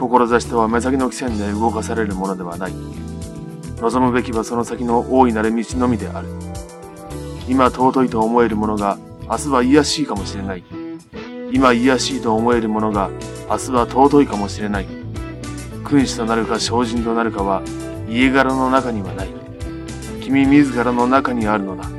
志とは目先の汽船で動かされるものではない。望むべきはその先の大いなる道のみである。今尊いと思えるものが明日は卑しいかもしれない。今卑しいと思えるものが明日は尊いかもしれない。君主となるか精進となるかは家柄の中にはない。君自らの中にあるのだ。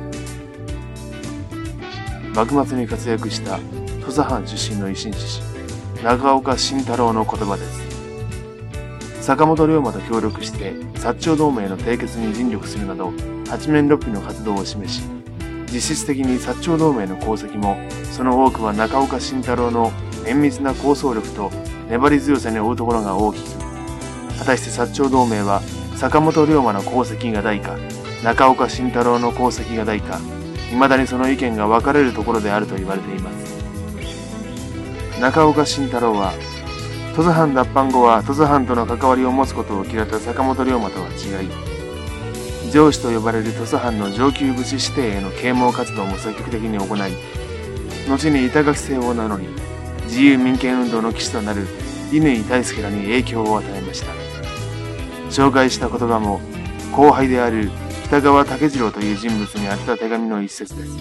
幕末に活躍した土佐藩出身の維新志士、長岡慎太郎の言葉です。坂本龍馬と協力して薩長同盟の締結に尽力するなど八面六臂の活動を示し、実質的に薩長同盟の功績もその多くは中岡慎太郎の綿密な構想力と粘り強さに負うところが大きく、果たして薩長同盟は坂本龍馬の功績が大か中岡慎太郎の功績が大か、未だにその意見が分かれるところであると言われています。中岡慎太郎は土佐藩脱藩後は土佐藩との関わりを持つことを嫌った坂本龍馬とは違い、上司と呼ばれる土佐藩の上級武士指定への啓蒙活動も積極的に行い、後に板垣姓を名乗り、自由民権運動の旗手となる乾大輔らに影響を与えました。紹介した言葉も後輩である北川武次郎という人物に宛てた手紙の一節です。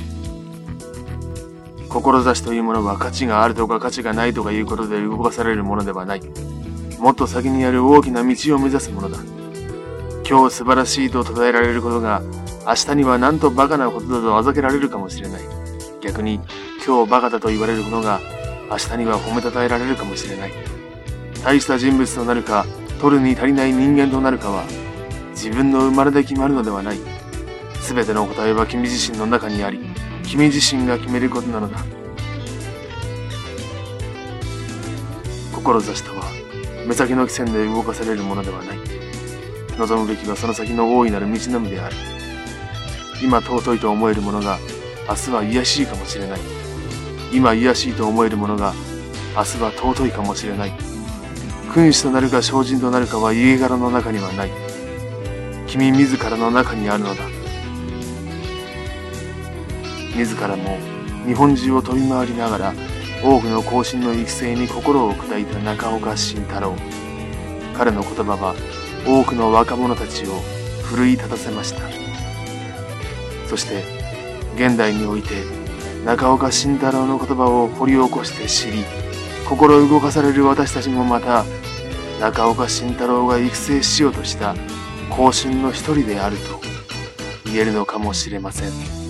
志というものは価値があるとか価値がないとかいうことで動かされるものではない。もっと先にある大きな道を目指すものだ。今日素晴らしいと称えられることが明日にはなんとバカなことだとあざけられるかもしれない。逆に今日バカだと言われることが明日には褒めたたえられるかもしれない。大した人物となるか取るに足りない人間となるかは自分の生まれで決まるのではない。すべての答えは君自身の中にあり、君自身が決めることなのだ。志とは目先の汽船で動かされるものではない。望むべきはその先の大いなる道のみである。今尊いと思えるものが明日は卑しいかもしれない。今卑しいと思えるものが明日は尊いかもしれない。君主となるか精進となるかは家柄の中にはない。君自らの中にあるのだ。自らも日本中を飛び回りながら多くの後進の育成に心を砕いた中岡慎太郎。彼の言葉は多くの若者たちを奮い立たせました。そして現代において中岡慎太郎の言葉を掘り起こして知り、心動かされる私たちもまた中岡慎太郎が育成しようとした後進の一人であると言えるのかもしれません。